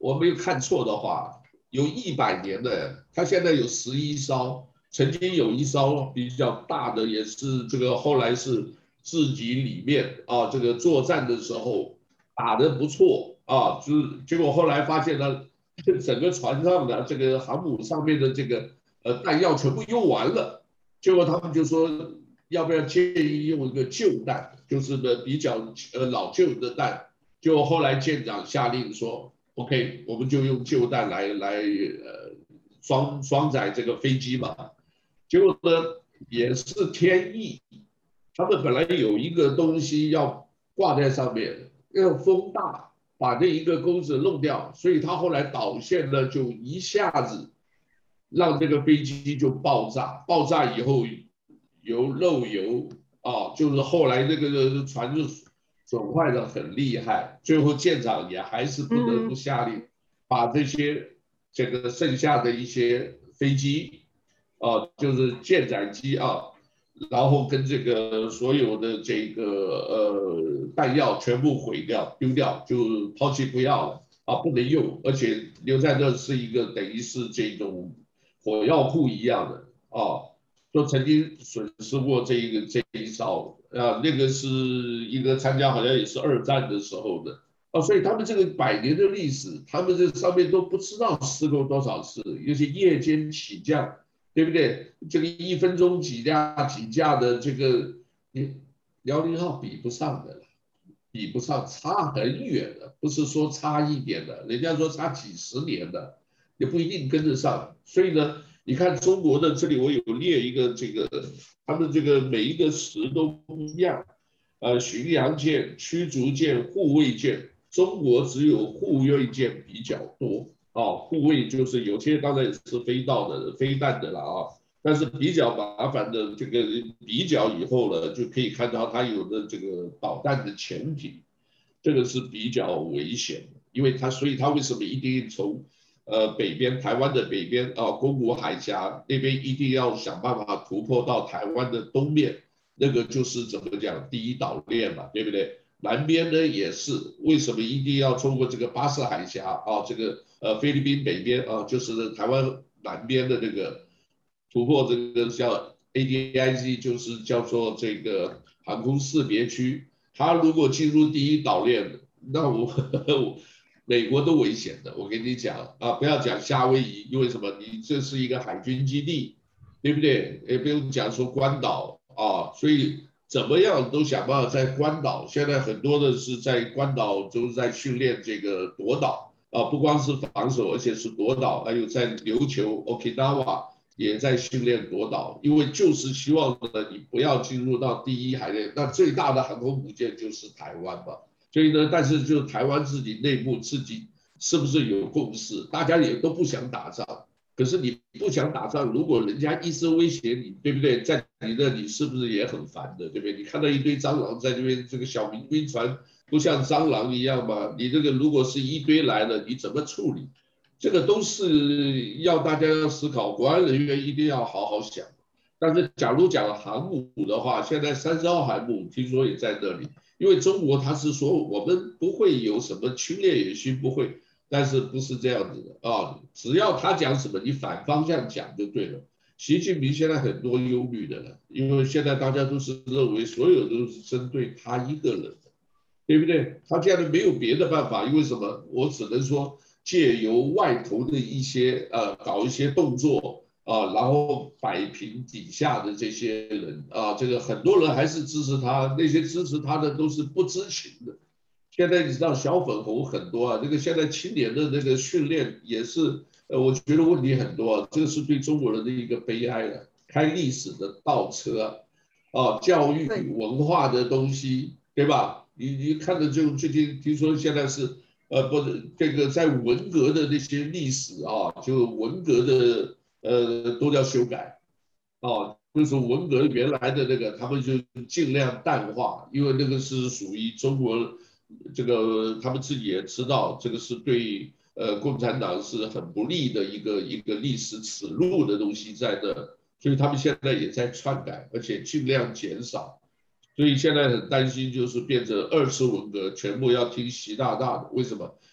我没有看错的话，有100年的，它现在有11艘，曾经有一艘比较大的，也是这个后来是自己里面啊，这个作战的时候打得不错啊，就是结果后来发现呢，整个船上的这个航母上面的这个弹药全部用完了，结果他们就说要不要建议用一个旧弹，就是比较老旧的弹。就后来舰长下令说，OK，我们就用旧弹来装载这个飞机嘛。结果呢也是天意，他们本来有一个东西要挂在上面，要风大把那一个钩子弄掉，所以他后来导线呢就一下子让这个飞机就爆炸，爆炸以后漏油啊，就是后来那个船就损坏的很厉害，最后舰长也还是不得不下令把这个剩下的一些飞机就是舰载机啊，然后跟这个所有的这个弹药全部毁掉丢掉，就抛弃不要了啊，不能用，而且留在那是一个等于是这种火药库一样的啊。就曾经损失过这一艘啊，那个是一个参加好像也是二战的时候的啊，所以他们这个100年的历史，他们这上面都不知道试过多少次，有些夜间起降，对不对？这个1分钟几架的这个，你辽宁号比不上的，比不上，差很远的，不是说差一点的，人家说差几十年的，也不一定跟得上。所以呢，你看中国的这里，我有列一个这个，他们这个每一个词都不一样，巡洋舰、驱逐舰、护卫舰，中国只有护卫舰比较多啊，护卫就是有些当然也是飞弹的了啊。但是比较麻烦的这个比较以后呢，就可以看到它有的这个导弹的潜艇，这个是比较危险的，因为所以它为什么一定从北边台湾的北边啊，宫古海峡那边一定要想办法突破到台湾的东面，那个就是怎么讲第一岛链嘛，对不对？南边呢也是，为什么一定要通过这个巴士海峡啊？这个菲律宾北边啊，就是台湾南边的这个突破这个叫 ADIZ，就是叫做这个航空识别区。它如果进入第一岛链，那美国都危险的。我跟你讲啊，不要讲夏威夷，因为什么？你这是一个海军基地，对不对？也不用讲说关岛啊，所以怎么样都想办法在关岛。现在很多的是在关岛都是在训练这个夺岛啊，不光是防守，而且是夺岛，还有在琉球 Okinawa。也在训练夺岛，因为就是希望呢，你不要进入到第一海链，那最大的航空母舰就是台湾嘛。所以呢，但是就台湾自己内部自己是不是有共识？大家也都不想打仗，可是你不想打仗，如果人家一直威胁你，对不对？在你那里是不是也很烦的，对不对？你看到一堆蟑螂在这边，这个小民兵船不像蟑螂一样吗？你这个如果是一堆来了，你怎么处理？这个都是要大家要思考，国安人员一定要好好想。但是，假如讲航母的话，现在30号航母听说也在那里，因为中国他是说我们不会有什么侵略野心，不会，但是不是这样子的啊？只要他讲什么，你反方向讲就对了。习近平现在很多忧虑的了，因为现在大家都是认为所有都是针对他一个人的，对不对？他这样的没有别的办法，因为什么？我只能说借由外头的一些搞一些动作啊，然后摆平底下的这些人啊，这个很多人还是支持他，那些支持他的都是不知情的。现在你知道小粉红很多啊，这个现在青年的那个训练也是，我觉得问题很多啊，这个是对中国人的一个悲哀了，开历史的倒车啊，教育文化的东西，对吧？你看的就最近听说现在是不是这个在文革的那些历史啊，就文革的都要修改啊，就是文革原来的那个他们就尽量淡化，因为那个是属于中国这个他们自己也知道这个是对共产党是很不利的一个历史耻辱的东西在那，所以他们现在也在篡改，而且尽量减少。所以现在很担心，就是变成2次文革，全部要听习大大的。为什么？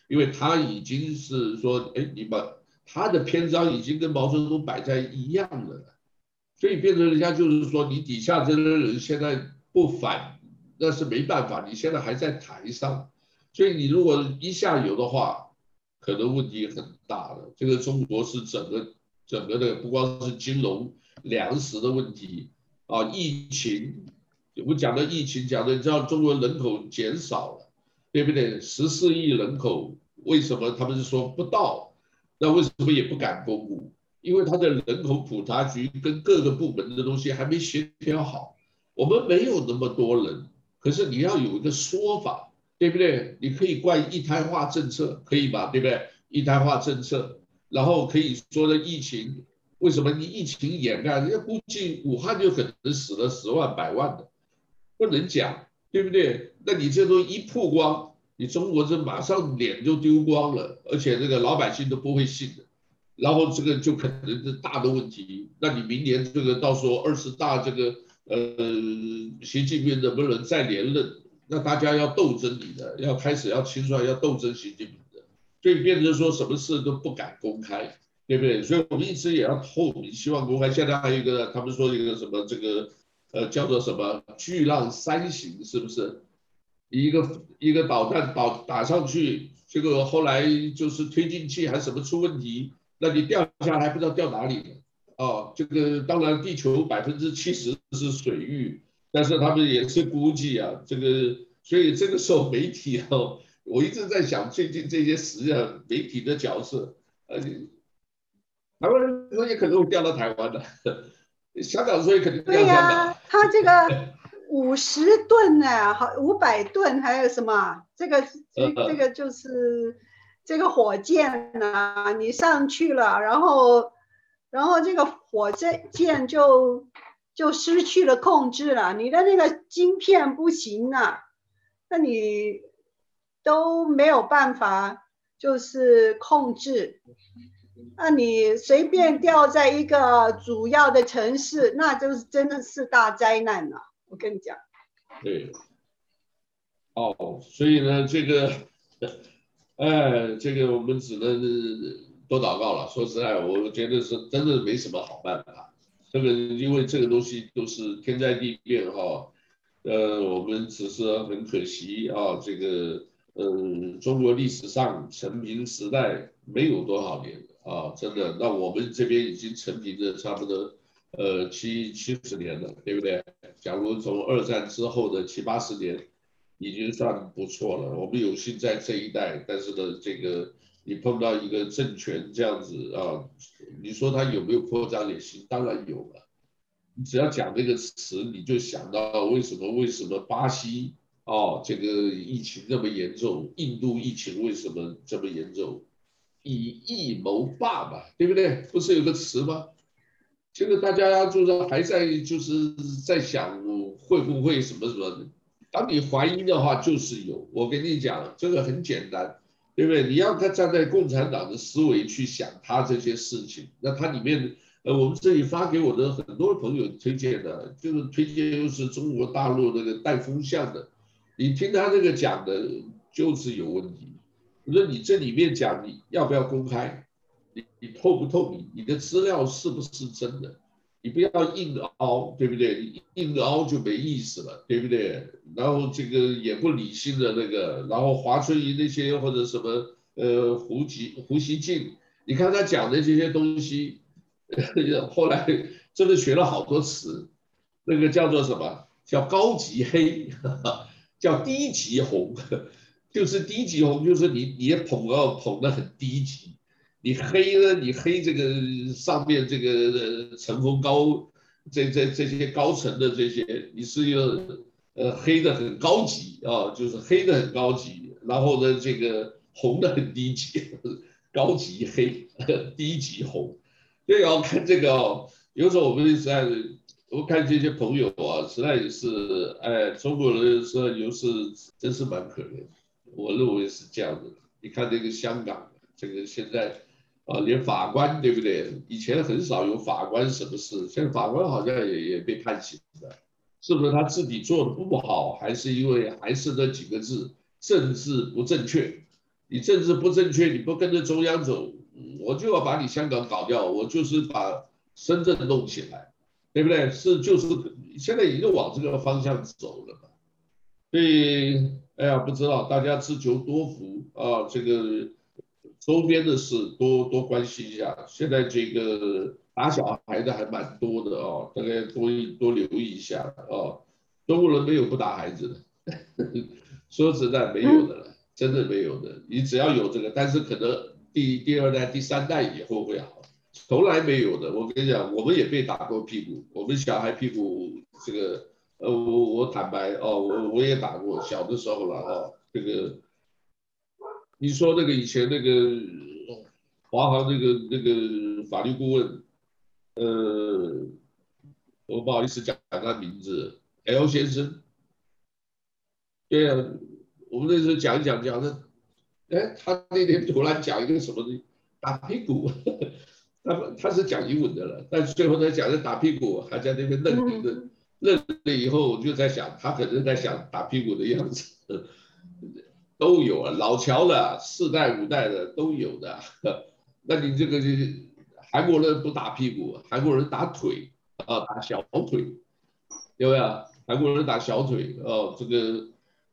因为他已经是说，哎，你把他的篇章已经跟毛泽东摆在一样的了，所以变成人家就是说，你底下这些人现在不反，那是没办法，你现在还在台上，所以你如果一下有的话，可能问题很大的。这个中国是整个的不光是金融、粮食的问题啊，疫情，我讲的疫情讲的，你知道中国人口减少了，对不对？14亿人口，为什么他们是说不到？那为什么也不敢公布？因为他的人口普查局跟各个部门的东西还没协调好，我们没有那么多人，可是你要有一个说法，对不对？你可以怪一胎化政策，可以吧？对不对？一胎化政策，然后可以说的疫情，为什么你疫情掩盖？人家估计武汉就可能死了10万、100万的，不能讲，对不对？那你这都一曝光，你中国这马上脸就丢光了，而且这个老百姓都不会信的。然后这个就可能是大的问题。那你明年这个到时候20大这个习近平能不能再连任？那大家要斗争你的，要开始要清算，要斗争习近平的，所以变成说什么事都不敢公开，对不对？所以我们一直也要透明，希望公开。现在还有一个，他们说一个什么这个叫做什么巨浪三型，是不是？一个导弹打上去，结果后来就是推进器还是什么出问题，那你掉下来不知道掉哪里了。哦，这个当然地球70%是水域，但是他们也是估计啊，这个所以这个时候媒体哦，我一直在想最近这些实际上媒体的角色，台湾人说也可能会调到台湾的，香港说也肯定对调香港呀， 了。 他这个50吨呢，好500吨，还有什么？这个就是这个火箭呢，你上去了，然后这个火箭就失去了控制了，你的那个晶片不行了，那你都没有办法就是控制。那你随便掉在一个主要的城市，那就是真的是大灾难了。我跟你讲， 对，哦，所以呢，这个，这个我们只能多祷告了。说实在，我觉得是真的没什么好办法。这个因为这个东西都是天灾地变哈，我们只是很可惜啊，这个，中国历史上成平时代没有多少年啊，真的。那我们这边已经成平了差不多，70年了，对不对？假如从2战之后的70、80年。已经算不错了。我们有幸在这一代，但是呢，这个你碰到一个政权这样子啊，你说他有没有扩张野心？当然有了。你只要讲这个词，你就想到为什么巴西哦这个疫情这么严重，印度疫情为什么这么严重？以疫谋霸嘛，对不对？不是有个词吗？这个大家就是还在就是在想会不会什么什么，当你怀疑的话，就是有。我跟你讲，这个很简单，对不对？你要他站在共产党的思维去想他这些事情，那它里面，我们这里发给我的很多朋友推荐的，就是推荐又是中国大陆那个带风向的，你听他这个讲的，就是有问题。我说你这里面讲你要不要公开？你透不透明？你的资料是不是真的？你不要硬凹，对不对？硬凹就没意思了，对不对？然后这个也不理性的那个，然后华春莹那些或者什么胡锡进，你看他讲的这些东西，后来真的学了好多词，那个叫做什么？叫高级黑，叫低级红，就是低级红，就是你捧得很低级。你黑呢？你黑这个上面这个层峰高，这些高层的这些，你是要黑的很高级啊，就是黑的很高级，然后呢这个红的很低级，高级黑，低级红，所以要看这个哦。有时候我们实在是，我看这些朋友啊，实在也是，哎，中国人是有时真是蛮可怜的，我认为是这样的。你看这个香港，这个现在。啊，连法官对不对？以前很少有法官什么事，现在法官好像也被判刑了，是不是他自己做的不好，还是因为还是那几个字政治不正确？ 你政治不正确，你不跟着中央走，我就要把你香港搞掉，我就是把深圳弄起来，对不对？就是现在已经往这个方向走了嘛。所以，哎呀，不知道大家自求多福啊，这个周边的事多关心一下。现在这个打小孩的还蛮多的哦，大家多留意一下哦。中国人没有不打孩子的，说实在没有的了，真的没有的。你只要有这个，但是可能第二代、第三代以后会好，从来没有的。我跟你讲，我们也被打过屁股，我们小孩屁股这个。我坦白哦，我也打过，小的时候了哦。这个你说那个以前那个华航那个法律顾问，呃，我不好意思讲他名字，L 先生，对啊，我们那时候讲的，哎，他那天突然讲一个什么东西，打屁股，他是讲英文的了，但是最后他讲的打屁股，还在那边愣了以后，我就在想，他可能在想打屁股的样子，都有啊，老乔的四代五代的都有的。那你这个韩国人不打屁股，韩国人打腿啊，打小腿，对不对啊？韩国人打小腿哦，这个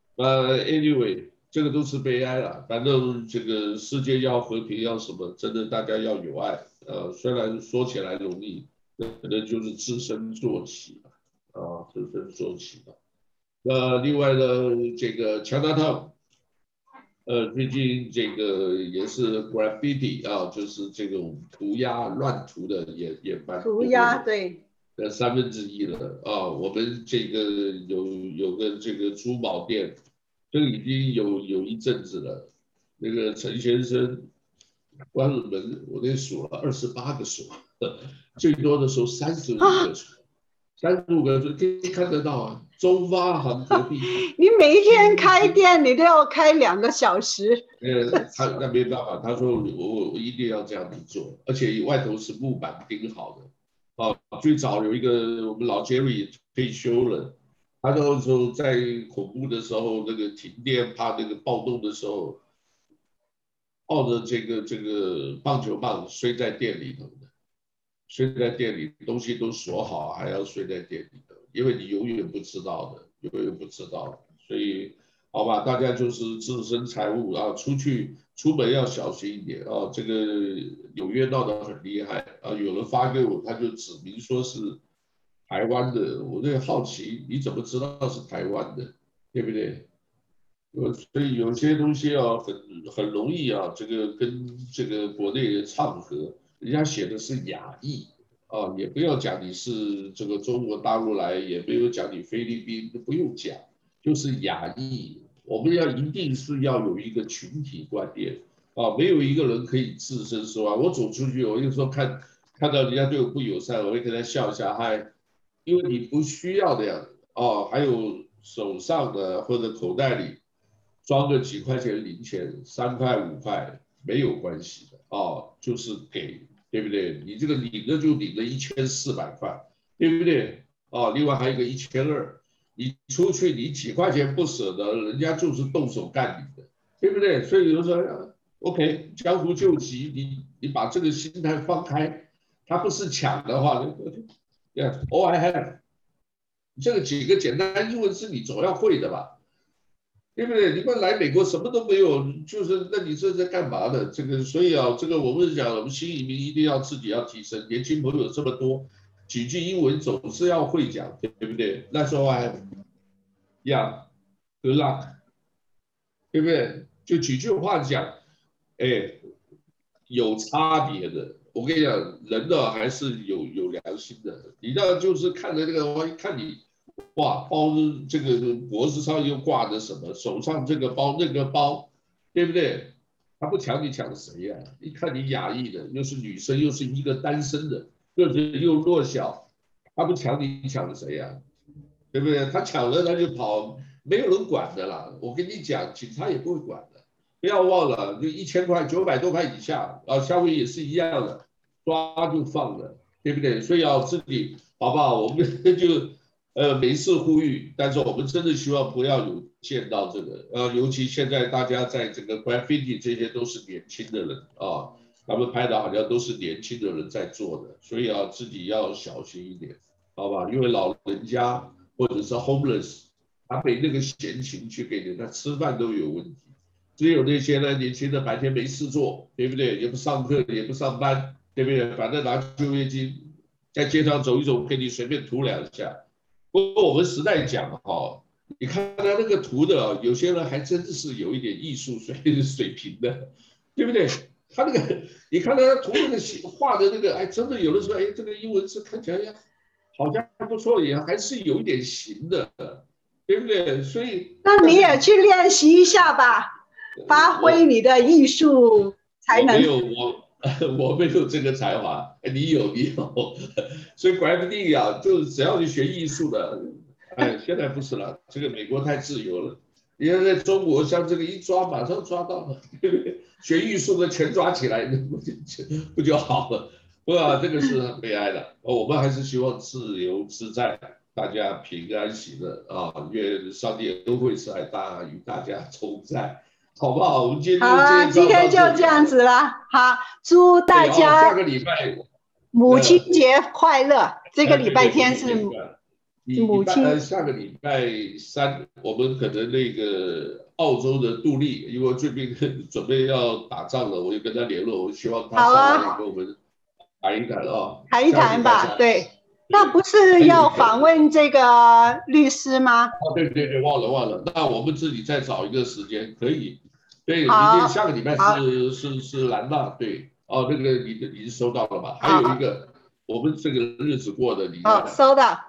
anyway，这个都是悲哀了。反正这个世界要和平要什么，真的大家要有爱。虽然说起来容易，可能就是自身做起啊，自身做起吧。另外呢，这个强大烫，最近这个也是 graffiti 啊，就是这种涂鸦乱涂的也蛮涂多的， 鸦对。 1/3了啊。我们这个有个这个珠宝店，这个已经有一阵子了。那个陈先生关了门，我那数了28个锁，最多的时候35个啊， 锁。35个就可以看得到啊，中发行隔壁你每一天开几乎是， 店，你都要开2个小时。 他那没办法，他说我一定要这样子做，而且外头是木板钉好的。啊，最早有一个我们老 Jerry 退休了，他那时候在恐怖的时候，那个停电怕那个暴动的时候，抱着这个棒球棒睡在店里头的。睡在店里，东西都锁好，还要睡在店里的，因为你永远不知道的，永远不知道。所以，好吧，大家就是自身财物啊，出门要小心一点啊。这个纽约闹得很厉害啊，有人发给我，他就指明说是台湾的，我就好奇，你怎么知道是台湾的，对不对？所以有些东西啊，很容易啊，这个跟这个国内唱和，人家写的是亚裔啊，也不要讲你是这个中国大陆来，也没有讲你菲律宾，不用讲，就是亚裔。我们一定是要有一个群体观念啊，没有一个人可以置身事外。我走出去，我有时候看到人家对我不友善，我会跟他笑一下嗨，因为你不需要的呀。哦，还有手上的或者口袋里装个几块钱零钱，3块5块没有关系的哦，就是给，对不对？你这个领了就领了1400块，对不对？哦，另外还有一个1200，你出去你几块钱不舍得，人家就是动手干你的，对不对？所以有时候，OK，江湖救急，你把这个心态放开，他不是抢的话，Yeah，all I have，这个几个简单英文是你总要会的吧？对不对？你们来美国什么都没有，就是那你这在干嘛呢？这个所以啊，这个我们讲，我们新移民一定要自己要提升，年轻朋友这么多，几句英文总是要会讲，对不对？那时候还，Yeah，good luck，对不对？就几句话讲，哎，有差别的。我跟你讲，人呢还是有良心的。你那就是看着这个，我一看你哇，包这个脖子上又挂着什么，手上这个包那个包，对不对？他不抢你抢谁呀、一看你亚裔的，又是女生，又是一个单身的，个子又弱小，他不抢你抢谁呀、对不对？他抢了他就跑，没有人管的啦。我跟你讲，警察也不会管的。不要忘了，就1000块、900多块以下啊，消费也是一样的，抓就放了，对不对？所以要自己好不好？我们就每一次呼吁，但是我们真的希望不要有见到这个，尤其现在大家在这个 graffiti 这些都是年轻的人啊，他们拍的好像都是年轻的人在做的，所以自己要小心一点，好吧？因为老人家或者是 homeless，他没那个闲情去给人家吃饭都有问题，只有那些呢年轻的白天没事做，对不对？也不上课，也不上班，对不对？反正拿就业金，在街上走一走，给你随便涂两下。不过我们实在讲哈，你看他那个图的，有些人还真是有一点艺术水平的，对不对？他那个，你看他图那个画的那个，哎，真的有的时候，哎，这个英文字看起来好像不错，也还是有一点形的，对不对？所以， 那你也去练习一下吧，发挥你的艺术才能。 我没有我没有这个才华，你有，所以 graffiti 啊，就是只要你学艺术的，哎，现在不是了，这个美国太自由了。你看在中国，像这个一抓马上抓到了，对不对？学艺术的全抓起来，不就好了？哇，这个是很悲哀的。我们还是希望自由自在，大家平安喜乐啊！愿上帝恩惠慈爱大与大家同在。好不好？我们今天好啊，今天就这样子了。好，祝大家下个礼拜母亲节快乐。这个礼拜天是母亲。 下个礼拜3，我们可能那个澳洲的杜丽，因为最近准备要打仗了，我就跟他联络，我希望他上来跟我们谈一谈啊， 谈一谈吧。对，那不是要访问这个律师吗？ 对对对，忘了，那我们自己再找一个时间可以。对，明天下个礼拜是兰纳，对，哦，那个你收到了吧？还有一个，我们这个日子过的，你看， 收到。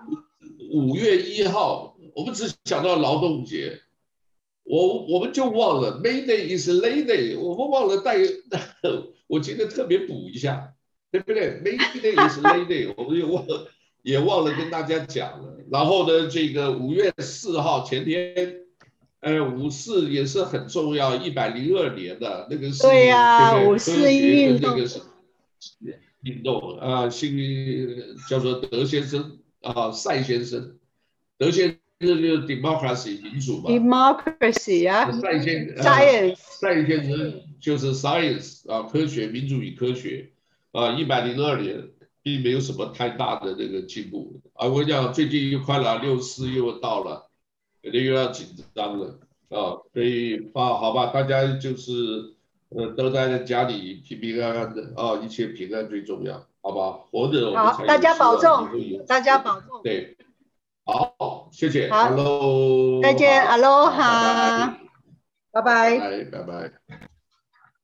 5月1号，我们只想到劳动节，我们就忘了 May Day is Lay Day， 我们忘了我今天特别补一下，对不对 ？May Day is Lay Day， 我们也忘了跟大家讲了。然后呢，这个5月4号前天。5·4也是很重要，102年的那个是， 对呀 ，5·4运动，那个是运动啊，叫做德先生啊，赛先生，德先生就是 democracy 民主嘛 ，democracy 啊， 赛先生就是 science 啊，科学，民主与科学啊，102年并没有什么太大的那个进步啊，我跟你讲，最近又快了，6·4又到了。肯定又要紧张了啊，所以好吧，大家就是都在家里平平安安的啊，一切平安最重要，好吧？活着我们才有希望。 大家保重，大家保重。 对，好，谢谢。 好 ，Hello， 再见，Aloha，拜拜， 拜拜。